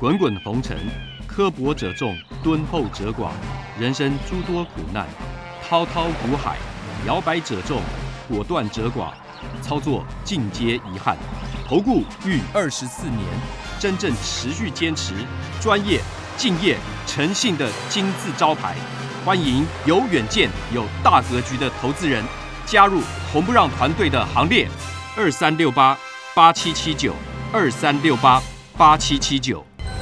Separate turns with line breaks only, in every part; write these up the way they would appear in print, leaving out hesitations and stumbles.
滚滚红尘，刻薄者众，敦厚者寡；人生诸多苦难，滔滔苦海，摇摆者众，果断者寡。操作尽皆遗憾。投顾逾24年，真正持续坚持、专业、敬业、诚信的金字招牌。欢迎有远见、有大格局的投资人加入红不让团队的行列。2368-8779，2368-8779。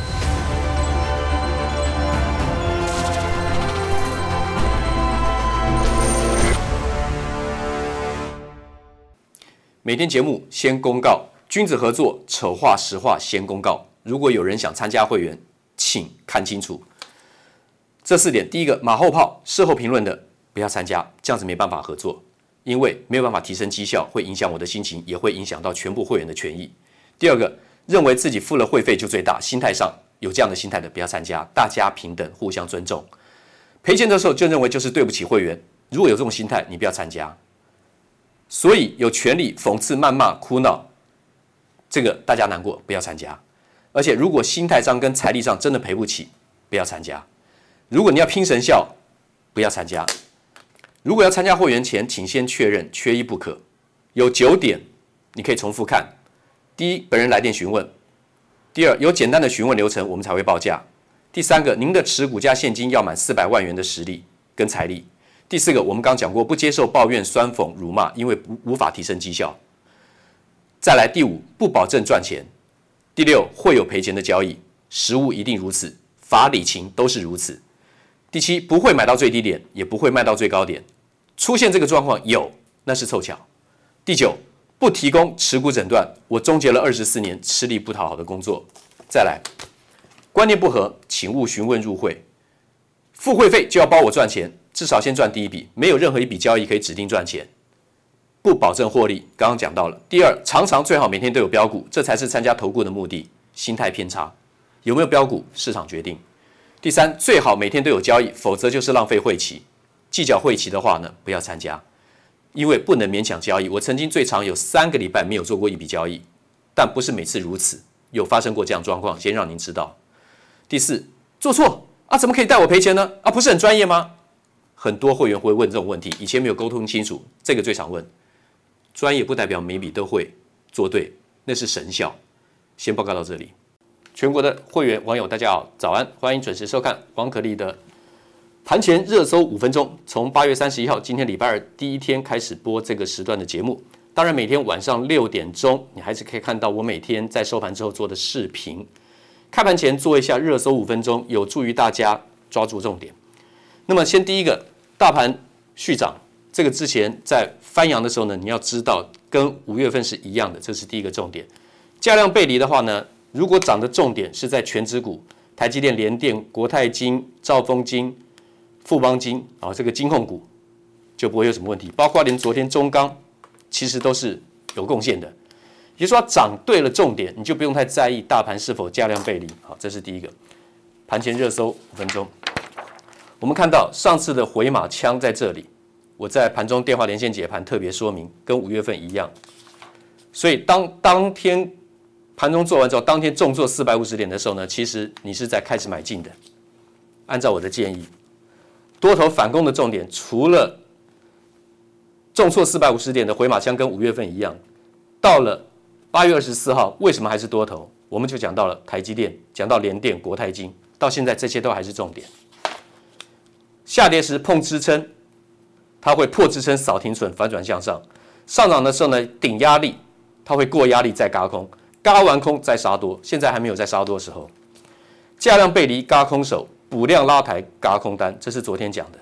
每天节目先公告，君子合作，丑话实话先公告。如果有人想参加会员，请看清楚这4点。第一个，马后炮、事后评论的不要参加，这样子没办法合作，因为没有办法提升绩效，会影响我的心情，也会影响到全部会员的权益。第二个，认为自己付了会费就最大，心态上有这样的心态的不要参加，大家平等，互相尊重。赔钱的时候就认为就是对不起会员，如果有这种心态，你不要参加。所以有权利讽刺、谩骂、哭闹，这个大家难过，不要参加。而且如果心态上跟财力上真的赔不起，不要参加。如果你要拼神效，不要参加。如果要参加会员前，请先确认，缺一不可。有9点，你可以重复看。第一，本人来电询问；第二，有简单的询问流程，我们才会报价；第三个，您的持股加现金要满400万元的实力跟财力；第四个，我们刚讲过，不接受抱怨、酸讽、辱骂，因为无法提升绩效。再来，第5，不保证赚钱；第6，会有赔钱的交易，实务一定如此，法理情都是如此；第7，不会买到最低点，也不会卖到最高点，出现这个状况有，那是凑巧；第9，不提供持股诊断，我终结了24年吃力不讨好的工作。再来，观念不合，请勿询问入会，付会费就要包我赚钱，至少先赚第一笔，没有任何一笔交易可以指定赚钱，不保证获利。刚刚讲到了。第二，常常最好每天都有标股，这才是参加投顾的目的。心态偏差，有没有标股，市场决定。第三，最好每天都有交易，否则就是浪费会期。计较会期的话呢，不要参加，因为不能勉强交易。我曾经最长有3个礼拜没有做过一笔交易，但不是每次如此，有发生过这样状况，先让您知道。第四，做错啊，怎么可以带我赔钱呢？啊，不是很专业吗？很多会员会问这种问题，以前没有沟通清楚，这个最常问。专业不代表每笔都会做对，那是神效。先报告到这里。全国的会员网友大家好，早安，欢迎准时收看王可立的盘前热搜5分钟。从8月31号今天礼拜二第一天开始播这个时段的节目，当然每天晚上6点钟，你还是可以看到我每天在收盘之后做的视频。开盘前做一下热搜5分钟，有助于大家抓住重点。那么先第一个，大盘续涨，这个之前在翻扬的时候呢，你要知道跟5月份是一样的，这是第一个重点。价量背离的话呢，如果涨的重点是在全指股，台积电、联电、国泰金、兆丰金、富邦金，这个金控股就不会有什么问题，包括连昨天中钢其实都是有贡献的。也就是说，涨对了重点，你就不用太在意大盘是否价量背离。好，这是第一个。盘前热搜5分钟，我们看到上次的回马枪在这里，我在盘中电话连线解盘特别说明，跟5月份一样。所以当天盘中做完之后，当天重挫450点的时候呢，其实你是在开始买进的。按照我的建议，多头反攻的重点，除了重挫450点的回马枪跟5月份一样，到了8月24号，为什么还是多头？我们就讲到了台积电，讲到联电、国泰金，到现在这些都还是重点。下跌时碰支撑，它会破支撑扫停损反转向上；上涨的时候呢，顶压力，它会过压力再轧空，轧完空再杀多。现在还没有在杀多的时候，价量背离轧空手，补量拉抬轧空单，这是昨天讲的。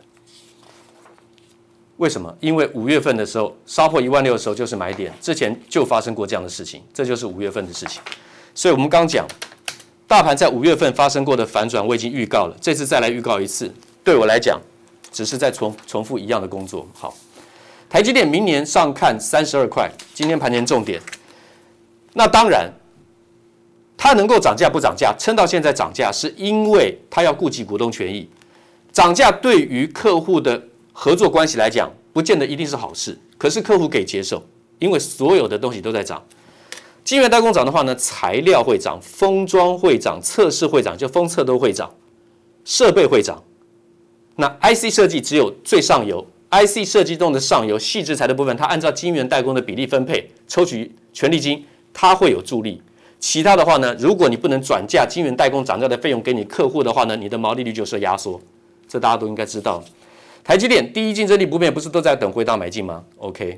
为什么？因为5月份的时候杀破16000的时候就是买点，之前就发生过这样的事情，这就是5月份的事情。所以我们刚讲，大盘在5月份发生过的反转，我已经预告了，这次再来预告一次。对我来讲，只是在重复一样的工作。好，台积电明年上看32块，今天盘前重点。那当然，它能够涨价不涨价，撑到现在涨价，是因为它要顾及股东权益。涨价对于客户的合作关系来讲，不见得一定是好事，可是客户可以接受，因为所有的东西都在涨。 晶圆代工涨的话呢，材料会涨，封装会涨，测试会涨，就封测都会涨，设备会涨。那 IC 设计只有最上游 ，IC 设计中的上游细制材的部分，它按照晶圆代工的比例分配，抽取权利金，它会有助力。其他的话呢，如果你不能转嫁晶圆代工涨价的费用给你客户的话呢，你的毛利率就受压缩，这大家都应该知道。台积电第一竞争力不变，不是都在等回档买进吗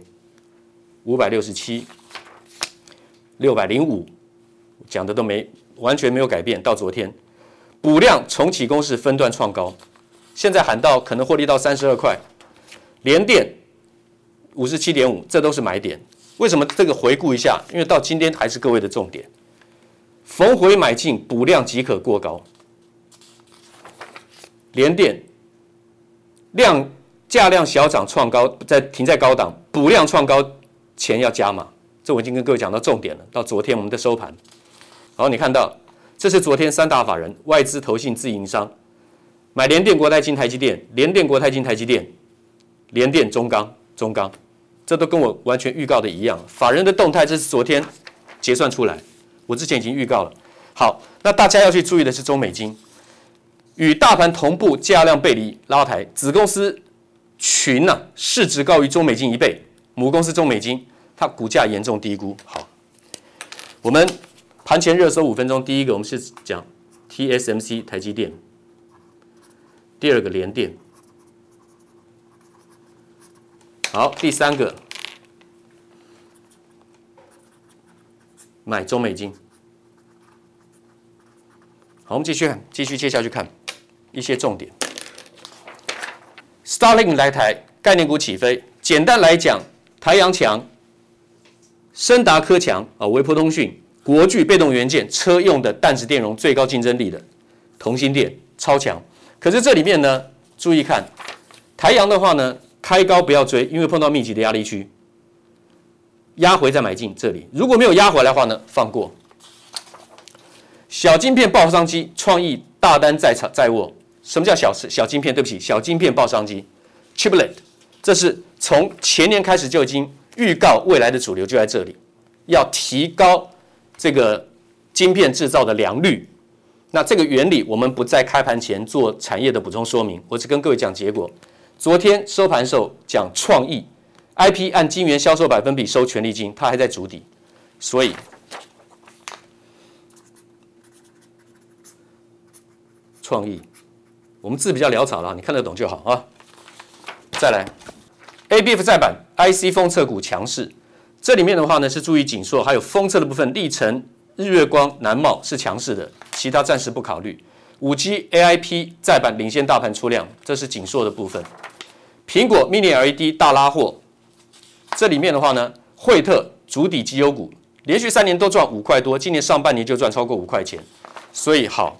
？OK，567。605讲的都完全没有改变，到昨天补量重启攻势分段创高，现在喊到可能获利到32块，联电57.5，这都是买点。为什么这个回顾一下？因为到今天还是各位的重点，逢回买进，补量即可过高。联电价量小涨创高，停在高档，补量创高前要加码。这我已经跟各位讲到重点了。到昨天我们的收盘，好，你看到这是昨天三大法人、外资、投信、自营商买联电、国泰金、台积电，联电、国泰金、台积电，联电、中钢，这都跟我完全预告的一样。法人的动态，这是昨天结算出来，我之前已经预告了。好，那大家要去注意的是中美金与大盘同步价量背离拉抬，子公司群市值高于中美金1倍，母公司中美金。它股价严重低估。好，我们盘前热搜5分钟，第一个我们是讲 TSMC 台积电，第二个联电，好，第三个买中美金。好，我们继续接下去看一些重点。Starlink 来台，概念股起飞。简单来讲，台阳强。昇達科強微波通訊、國巨被動元件、車用的氮質電容最高競爭力的同心電超強。可是這裡面呢，注意看台陽的話呢，開高不要追，因為碰到密集的壓力區，壓回再買進這裡。如果沒有壓回來的話呢，放過。小晶片爆商機，創意大單在握。什麼叫小晶片？對不起，小晶片爆商機 ，chiplet， 這是從前年開始就已經。預告未來的主流就在這裡，要提高這個晶片製造的良率。那這個原理我們不在開盤前做產業的補充說明，我只跟各位講結果。昨天收盤時候講創意 IP 按晶圓銷售百分比收權利金，它還在築底，所以創意我們字比較潦草了，你看得懂就好啊。再來。ABF 載板 IC 封測股強勢，這裡面的話呢是注意景碩，還有封測的部分，力成、日月光、南茂是強勢的，其他暫時不考慮。5G AIP 載板領先大盤出量，這是景碩的部分。蘋果 Mini LED 大拉貨，這裡面的話呢，惠特築底績優股，連續3年都賺5塊多，今年上半年就賺超過5塊錢，所以好。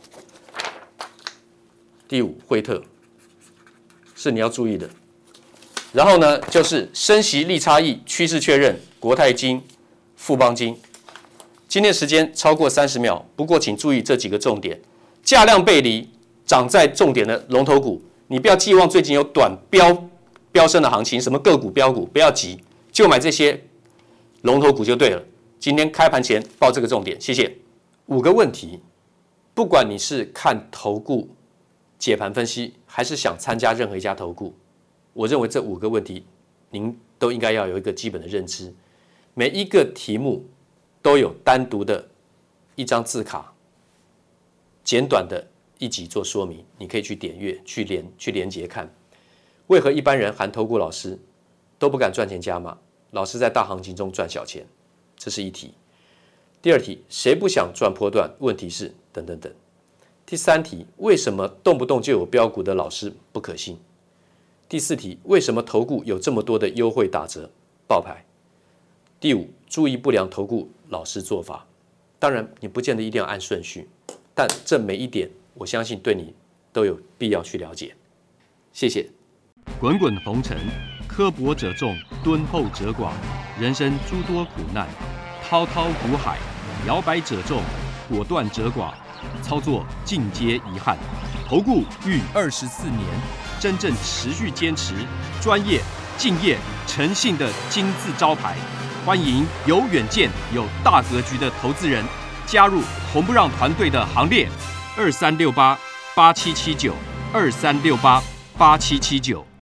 第5，惠特是你要注意的。然後呢，就是升息利差異趨勢確認，國泰金、富邦金。今天時間超過30秒，不過請注意這幾個重點：價量背離，漲在重點的龍頭股，你不要寄望最近有短飆升的行情，什麼個股飆股，不要急，就買這些龍頭股就對了。今天開盤前報這個重點，謝謝。5個問題，不管你是看投顧解盤分析，還是想參加任何一家投顧。我認為這5個問題，您都應該要有一個基本的認知。每一個題目都有單獨的一張字卡，簡短的一集做說明，你可以去點閱、去連結看。為何一般人含投顧老師都不敢賺錢加碼？老師在大行情中賺小錢，這是一題。第2題，誰不想賺波段？問題是等等等。第3題，為什麼動不動就有標股的老師不可信？第4題，為什麼投顧有這麼多的優惠打折爆牌？第5，注意不良投顧老師做法。當然，你不見得一定要按順序，但這每一點，我相信對你都有必要去了解。謝謝。
滾滾紅塵，刻薄者眾，敦厚者寡。人生諸多苦難，滔滔苦海，搖擺者眾，果斷者寡。操作盡皆遺憾。投顧逾24年，真正持續堅持、專業、敬業、誠信的金字招牌。 欢迎有远见、有大格局的投资人加入红不让团队的行列。23688779，23688779。